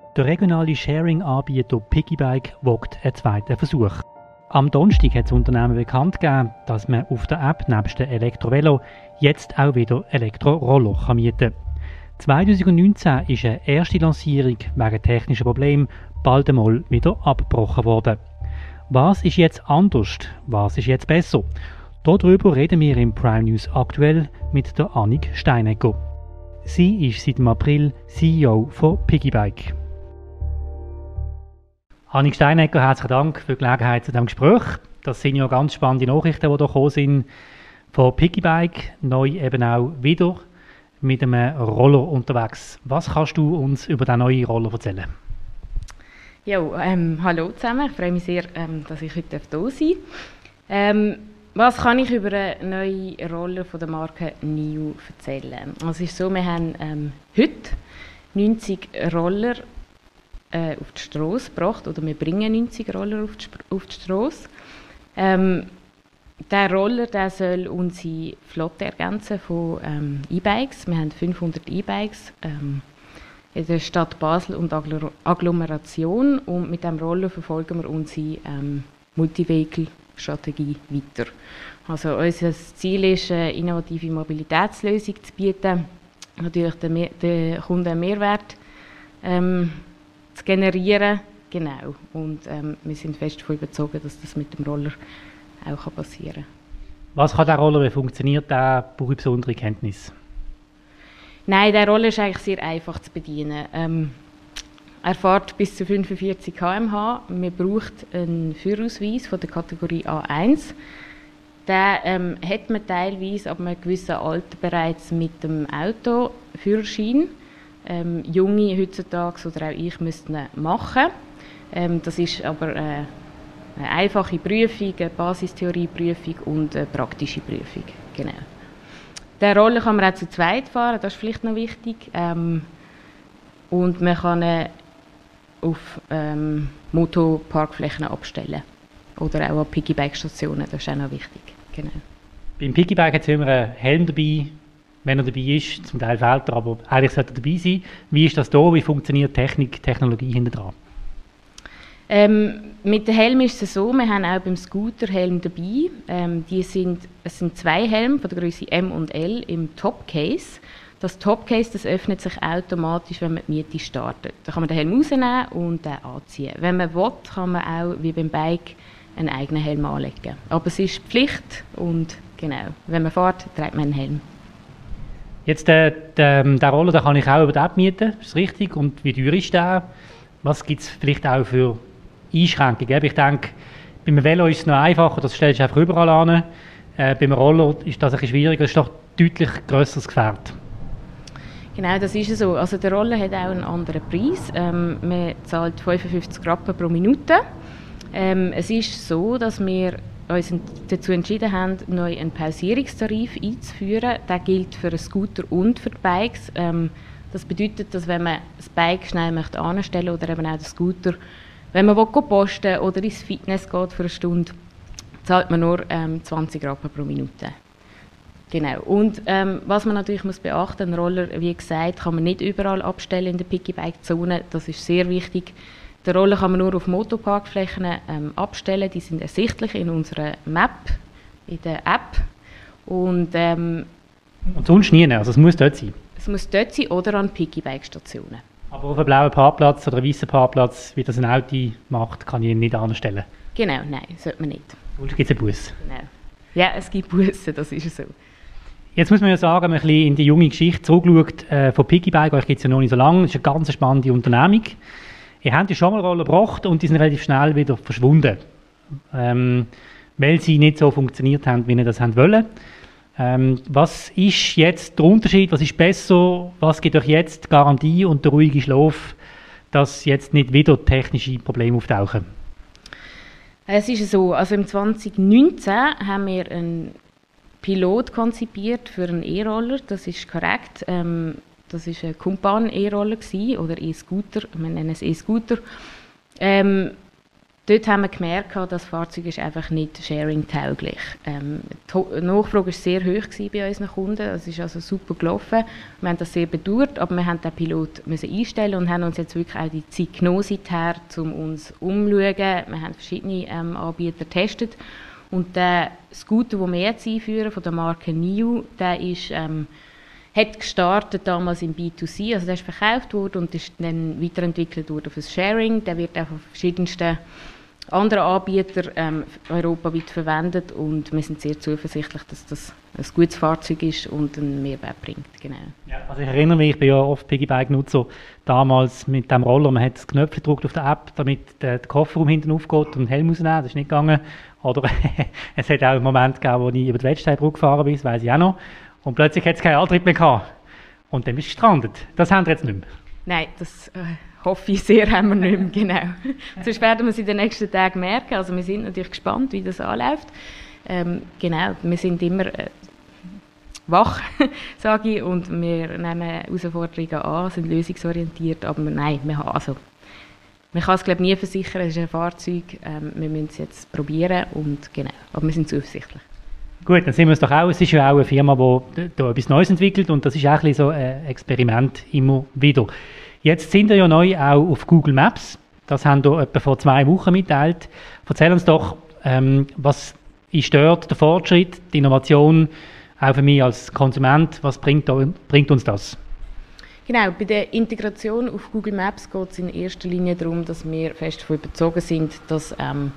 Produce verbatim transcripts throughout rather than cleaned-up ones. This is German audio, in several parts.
Der regionale Sharing-Anbieter Piggybayk wagt einen zweiten Versuch. Am Donnerstag hat das Unternehmen bekannt gegeben, dass man auf der App nebst dem Elektrovelo jetzt auch wieder Elektroroller mieten kann. zwanzig neunzehn ist eine erste Lancierung wegen technischer Probleme bald einmal wieder abgebrochen worden. Was ist jetzt anders? Was ist jetzt besser? Darüber reden wir im Prime News aktuell mit der Annik Steinegger. Sie ist seit dem April C E O von Piggybayk. Annik Steinegger, herzlichen Dank für die Gelegenheit zu diesem Gespräch. Das sind ja ganz spannende Nachrichten, die hier gekommen sind von Piggybayk, neu eben auch wieder mit einem Roller unterwegs. Was kannst du uns über diesen neuen Roller erzählen? Ja, ähm, hallo zusammen. Ich freue mich sehr, ähm, dass ich heute hier sein darf. Ähm, was kann ich über einen neuen Roller von der Marke Niu erzählen? Also es ist so, wir haben ähm, heute neunzig Roller äh, auf die Strasse gebracht, oder wir bringen neunzig Roller auf die, auf die Strasse. Ähm, der Roller der soll unsere Flotte ergänzen von ähm, E-Bikes. Wir haben fünfhundert E-Bikes ähm, in der Stadt Basel und Agglomeration, und mit dem Roller verfolgen wir unsere ähm, Multi-Vehicle-Strategie weiter. Also unser Ziel ist, eine innovative Mobilitätslösung zu bieten, natürlich den, den Kunden einen Mehrwert ähm, zu generieren. Genau. Und ähm, wir sind fest davon überzeugt, dass das mit dem Roller auch passieren kann. Was kann der Roller, wie funktioniert der? Brauche ich besondere Kenntnisse? Nein, der Roller ist eigentlich sehr einfach zu bedienen. Ähm, er fährt bis zu fünfundvierzig Kilometer pro Stunde. Man braucht einen Führerausweis von der Kategorie A eins. Den ähm, hat man teilweise ab einem gewissen Alter bereits mit dem Auto Führerschein. Ähm, Junge heutzutage oder auch ich müssten ihn machen. Ähm, das ist aber äh, eine einfache Prüfung, eine Basistheorieprüfung und eine praktische Prüfung. Genau. Den Roller kann man auch zu zweit fahren, das ist vielleicht noch wichtig. Ähm, und man kann ihn auf ähm, Motoparkflächen abstellen. Oder auch an Piggybayk-Stationen, das ist auch noch wichtig. Genau. Beim Piggybayk hat es immer einen Helm dabei, wenn er dabei ist. Zum Teil fehlt er, aber eigentlich sollte er dabei sein. Wie ist das da? Wie funktioniert Technik, Technologie hinter dran? Ähm, mit dem Helm ist es so, wir haben auch beim Scooter Helm dabei. Ähm, die sind, es sind zwei Helme von der Größe M und L im Top-Case. Das Top-Case, das öffnet sich automatisch, wenn man die Miete startet. Da kann man den Helm rausnehmen und den anziehen. Wenn man will, kann man auch, wie beim Bike, einen eigenen Helm anlegen. Aber es ist Pflicht und genau, wenn man fährt, trägt man einen Helm. Jetzt, der, der, der Roller, den kann ich auch über die App mieten, ist richtig? Und wie teuer ist der? Was gibt es vielleicht auch für Einschränkungen? Ich denke, beim Velo ist es noch einfacher, das stellst du einfach überall an. Äh, beim Roller ist das ein bisschen schwieriger, das ist doch deutlich grösseres Gefährt. Genau, das ist so. Also der Roller hat auch einen anderen Preis. Ähm, man zahlt fünfundfünfzig Rappen pro Minute. Ähm, es ist so, dass wir uns dazu entschieden haben, neu einen Pausierungstarif einzuführen. Der gilt für den Scooter und für die Bikes. Ähm, das bedeutet, dass wenn man das Bike schnell möchte anstellen oder eben auch den Scooter, wenn man posten will oder ins Fitness geht für eine Stunde, zahlt man nur ähm, zwanzig Rappen pro Minute. Genau. Und ähm, was man natürlich muss beachten, einen Roller, wie gesagt, kann man nicht überall abstellen in der Piggybayk-Zone. Das ist sehr wichtig. Den Roller kann man nur auf Motoparkflächen ähm, abstellen. Die sind ersichtlich in unserer Map, in der App. Und, ähm, Und sonst nie, also es muss dort sein? Es muss dort sein oder an Piggybayk-Stationen. Aber auf einem blauen Parkplatz oder einem weißen Parkplatz, wie das ein Auto macht, kann ich ihn nicht anstellen? Genau, nein, sollte man nicht. Sonst gibt es einen Bus? Genau. Ja, es gibt Busse, das ist so. Jetzt muss man ja sagen, wenn man ein bisschen in die junge Geschichte zurückschaut äh, von Piggybayk, euch gibt es ja noch nicht so lange, das ist eine ganz spannende Unternehmung. Ihr habt ja schon mal Roller gebracht und die sind relativ schnell wieder verschwunden, ähm, weil sie nicht so funktioniert haben, wie ihr das haben wollen. Ähm, was ist jetzt der Unterschied, was ist besser, was gibt euch jetzt die Garantie und der ruhige Schlaf, dass jetzt nicht wieder technische Probleme auftauchen? Es ist so, also im zwanzig neunzehn haben wir einen Pilot konzipiert für einen E-Roller, das ist korrekt. Ähm, das war ein Kumpan-E-Roller oder E-Scooter, wir nennen es E-Scooter. Ähm, dort haben wir gemerkt, das Fahrzeug ist einfach nicht sharing-tauglich. Ähm, die Nachfrage war sehr hoch bei unseren Kunden, es ist also super gelaufen. Wir haben das sehr bedauert, aber wir mussten den Pilot müssen einstellen und haben uns jetzt wirklich auch die Zeit genommen seither, um uns umzuschauen. Wir haben verschiedene ähm, Anbieter getestet und der Scooter, den wir jetzt einführen, von der Marke NIO, der ist... Ähm, hat gestartet damals im B zwei C, also der ist verkauft worden und ist dann weiterentwickelt worden für das Sharing. Der wird auch von verschiedensten anderen Anbietern ähm, europaweit verwendet und wir sind sehr zuversichtlich, dass das ein gutes Fahrzeug ist und einen Mehrwert bringt. Genau. Ja, also ich erinnere mich, ich bin ja oft Piggyback-Nutzer, damals mit dem Roller, man hat das Knöpfe gedrückt auf der App, damit der Kofferraum hinten aufgeht und den Helm rausnehmen, das ist nicht gegangen. Oder es hat auch einen Moment gegeben, wo ich über die Wettsteinbrücke gefahren bin, das weiss ich auch noch. Und plötzlich hat es keinen Antrieb mehr gehabt. Und dann bist du gestrandet. Das haben wir jetzt nicht mehr. Nein, das äh, hoffe ich sehr, haben wir nicht mehr, genau. Sonst werden wir es in den nächsten Tagen merken. Also wir sind natürlich gespannt, wie das anläuft. Ähm, genau, wir sind immer äh, wach, sage ich, und wir nehmen Herausforderungen an, sind lösungsorientiert, aber nein, wir haben, also, man kann es glaube nie versichern, es ist ein Fahrzeug, ähm, wir müssen es jetzt probieren, und, genau, aber wir sind zuversichtlich. Gut, dann sind wir es doch auch. Es ist ja auch eine Firma, die da etwas Neues entwickelt und das ist auch ein bisschen so ein Experiment immer wieder. Jetzt sind wir ja neu auch auf Google Maps. Das haben wir etwa vor zwei Wochen mitteilt. Erzähl uns doch, ähm, was ist dort der Fortschritt, die Innovation, auch für mich als Konsument, was bringt, da, bringt uns das? Genau, bei der Integration auf Google Maps geht es in erster Linie darum, dass wir fest davon überzeugt sind, dass ähm,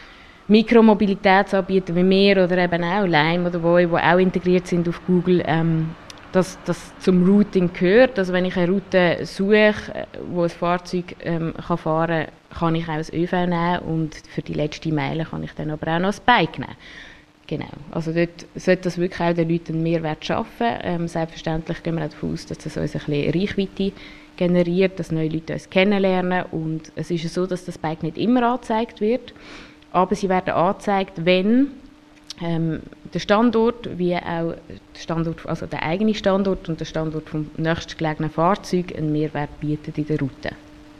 Mikromobilitätsanbieter wie wir oder eben auch Lime oder Voi, die auch integriert sind auf Google, ähm, dass das zum Routing gehört. Also wenn ich eine Route suche, wo ein Fahrzeug ähm, kann fahren kann, kann ich auch das ÖV nehmen und für die letzte Meile kann ich dann aber auch noch das Bike nehmen. Genau, also dort sollte das wirklich auch den Leuten einen Mehrwert schaffen. Ähm, selbstverständlich gehen wir auch davon aus, dass das uns ein bisschen Reichweite generiert, dass neue Leute uns kennenlernen, und es ist ja so, dass das Bike nicht immer angezeigt wird. Aber sie werden angezeigt, wenn ähm, der Standort, wie auch der Standort, also der eigene Standort und der Standort vom nächstgelegenen Fahrzeug einen Mehrwert bieten in der Route.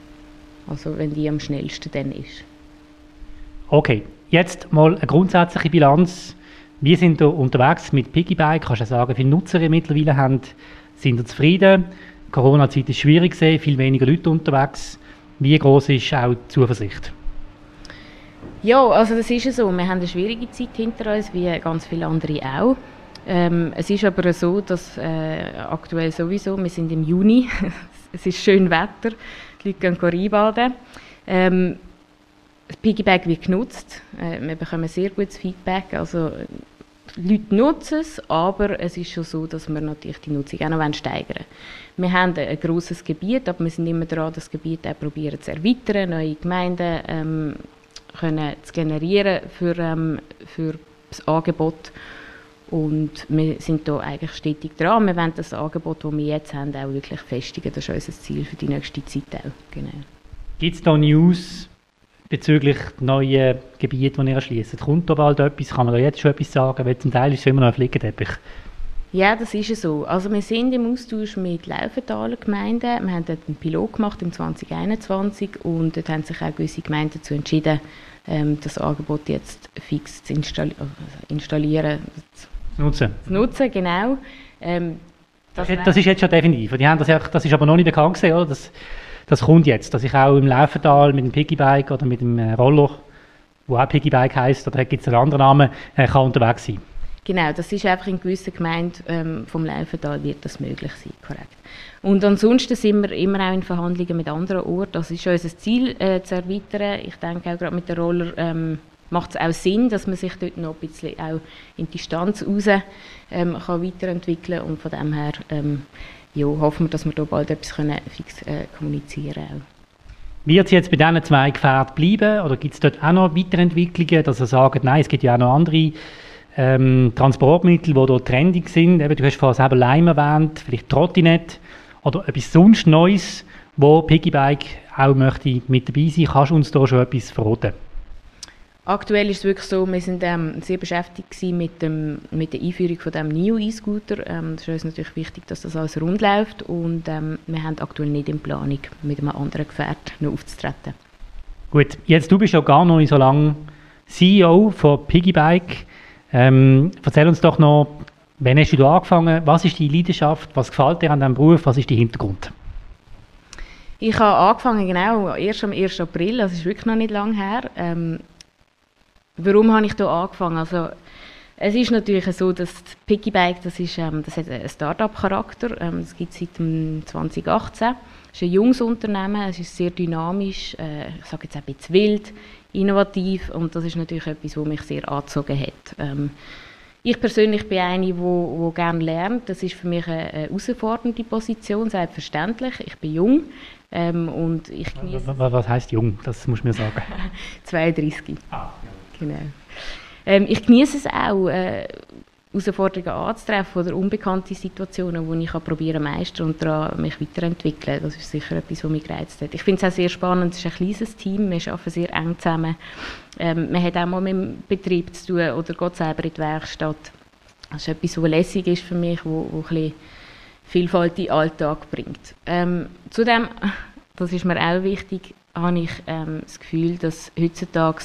Also wenn die am schnellsten dann ist. Okay, jetzt mal eine grundsätzliche Bilanz. Wir sind hier unterwegs mit Piggyback. Kannst du sagen, wie viele Nutzer ihr mittlerweile habt? Sind ihr zufrieden? Die Corona-Zeit ist schwierig gewesen, viel weniger Leute unterwegs. Wie groß ist auch die Zuversicht? Ja, also das ist ja so. Wir haben eine schwierige Zeit hinter uns, wie ganz viele andere auch. Ähm, es ist aber so, dass äh, aktuell sowieso, wir sind im Juni, es ist schön Wetter, die Leute gehen reinbaden. Ähm, das Piggyback wird genutzt, äh, wir bekommen sehr gutes Feedback, also die Leute nutzen es, aber es ist schon so, dass wir natürlich die Nutzung auch noch steigern wollen. Wir haben ein grosses Gebiet, aber wir sind immer dran, das Gebiet auch probieren zu erweitern, neue Gemeinden ähm, können zu generieren für, ähm, für das Angebot. Und wir sind da eigentlich stetig dran. Wir wollen das Angebot, das wir jetzt haben, auch wirklich festigen. Das ist unser Ziel für die nächste Zeit auch. Genau. Gibt es da News bezüglich neuen Gebieten, die ihr erschließt? Kommt da bald etwas? Kann man da jetzt schon etwas sagen? Weil zum Teil ist es immer noch ein Flickenteppich. Ja, das ist so. Also wir sind im Austausch mit Laufenthaler Gemeinden. Wir haben dort einen Pilot gemacht im zwanzig einundzwanzig und dort haben sich auch gewisse Gemeinden dazu entschieden, ähm, das Angebot jetzt fix zu installi- also installieren. Zu nutzen. Zu nutzen, genau. Ähm, das, das, das ist jetzt schon definitiv. Die haben das, ja, das ist aber noch nicht bekannt gewesen, oder? Das, das kommt jetzt, dass ich auch im Laufental mit dem Piggybike oder mit dem Roller, wo auch Piggybike heisst, oder gibt es einen anderen Namen, äh, kann unterwegs sein. Genau, das ist einfach in gewissen Gemeinden ähm, vom Laufental wird das möglich sein, korrekt. Und ansonsten sind wir immer auch in Verhandlungen mit anderen Orten. Das ist unser Ziel, äh, zu erweitern. Ich denke auch gerade mit den Roller ähm, macht es auch Sinn, dass man sich dort noch ein bisschen auch in die Distanz raus ähm, kann weiterentwickeln kann. Und von dem her ähm, ja, hoffen wir, dass wir da bald etwas können fix äh, kommunizieren können. Wird es jetzt bei diesen zwei Gefährten bleiben oder gibt es dort auch noch Weiterentwicklungen, dass Sie sagen, nein, es gibt ja auch noch andere Ähm, Transportmittel, die dort trendig sind. Eben, du hast vorhin selber Lime erwähnt, vielleicht Trottinett oder etwas sonst Neues, wo Piggyback auch möchte mit dabei sein. Kannst du uns da schon etwas verraten? Aktuell ist es wirklich so, wir sind ähm, sehr beschäftigt mit, dem, mit der Einführung von dem N I O E-Scooter. Ähm, das ist uns natürlich wichtig, dass das alles rund läuft und ähm, wir haben aktuell nicht in Planung, mit einem anderen Gefährt noch aufzutreten. Gut, jetzt du bist ja gar noch nicht so lange C E O von Piggybayk. Ähm, erzähl uns doch noch, wann hast du da angefangen? Was ist deine Leidenschaft? Was gefällt dir an diesem Beruf? Was ist dein Hintergrund? Ich habe angefangen, genau, erst am ersten April, das ist wirklich noch nicht lange her. Ähm, warum habe ich hier angefangen? Also, es ist natürlich so, dass Piggybayk, das, ist, ähm, das hat einen Start-up-Charakter. Ähm, das gibt es seit zwanzig achtzehn. Es ist ein junges Unternehmen, es ist sehr dynamisch, äh, ich sage jetzt auch ein bisschen wild, innovativ, und das ist natürlich etwas, was mich sehr angezogen hat. Ähm, ich persönlich bin eine, die gerne lernt. Das ist für mich eine, eine herausfordernde Position, selbstverständlich. Ich bin jung ähm, und ich genieße... Was, was heisst jung? Das musst du mir sagen. zweiunddreißig. Ah, ja. Genau. Ähm, ich genieße es auch, äh, Herausforderungen anzutreffen oder unbekannte Situationen, wo ich probieren kann, meistern und daran mich weiterentwickeln. Das ist sicher etwas, was mich gereizt hat. Ich finde es auch sehr spannend, es ist ein kleines Team, wir arbeiten sehr eng zusammen. Ähm, man hat auch mal mit dem Betrieb zu tun oder geht selber in die Werkstatt. Das ist etwas, was lässig ist für mich, wo, wo ein bisschen Vielfalt in den Alltag bringt. Ähm, zudem, das ist mir auch wichtig, habe ich ähm, das Gefühl, dass heutzutage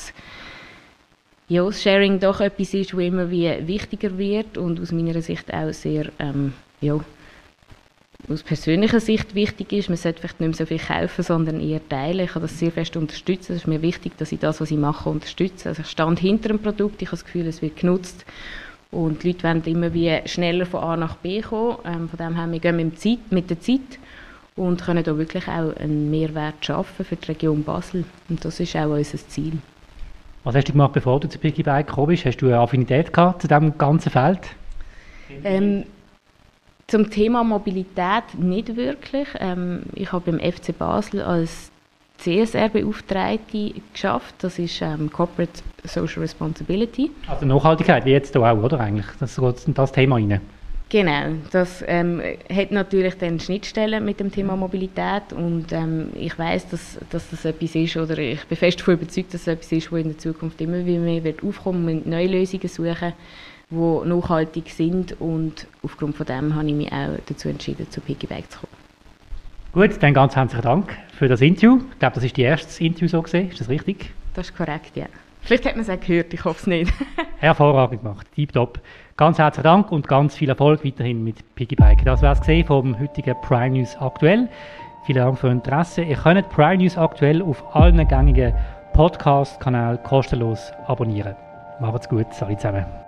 ja, das Sharing doch etwas ist, das immer wie wichtiger wird und aus meiner Sicht auch sehr, ähm, ja, aus persönlicher Sicht wichtig ist. Man sollte vielleicht nicht mehr so viel kaufen, sondern eher teilen. Ich habe das sehr fest unterstützt. Es ist mir wichtig, dass ich das, was ich mache, unterstütze. Also ich stand hinter dem Produkt, ich habe das Gefühl, es wird genutzt und die Leute wollen immer wie schneller von A nach B kommen. Ähm, von dem her, wir gehen mit, der Zeit, mit der Zeit und können da wirklich auch einen Mehrwert schaffen für die Region Basel. Und das ist auch unser Ziel. Was hast du gemacht, bevor du zu Piggybayk gekommen bist? Hast du eine Affinität gehabt zu diesem ganzen Feld? Ähm, zum Thema Mobilität nicht wirklich. Ähm, ich habe beim F C Basel als C S R-Beauftragte geschafft. Das ist ähm, Corporate Social Responsibility. Also Nachhaltigkeit, wie jetzt hier auch, oder eigentlich? Das geht in das Thema rein. Genau, das ähm, hat natürlich dann Schnittstellen mit dem Thema Mobilität und ähm, ich weiss, dass, dass das etwas ist, oder ich bin fest davon überzeugt, dass es etwas ist, das in der Zukunft immer wieder mehr wird aufkommen und neue Lösungen suchen, die nachhaltig sind, und aufgrund von dem habe ich mich auch dazu entschieden, zu Piggybayk zu kommen. Gut, dann ganz herzlichen Dank für das Interview. Ich glaube, das ist das erste Interview so gesehen, ist das richtig? Das ist korrekt, ja. Vielleicht hat man es auch gehört, ich hoffe es nicht. Hervorragend gemacht, tipptopp. Ganz herzlichen Dank und ganz viel Erfolg weiterhin mit Piggybayk. Das war es vom heutigen Prime News Aktuell. Vielen Dank für Ihr Interesse. Ihr könnt Prime News Aktuell auf allen gängigen Podcast-Kanälen kostenlos abonnieren. Macht's gut, alle zusammen.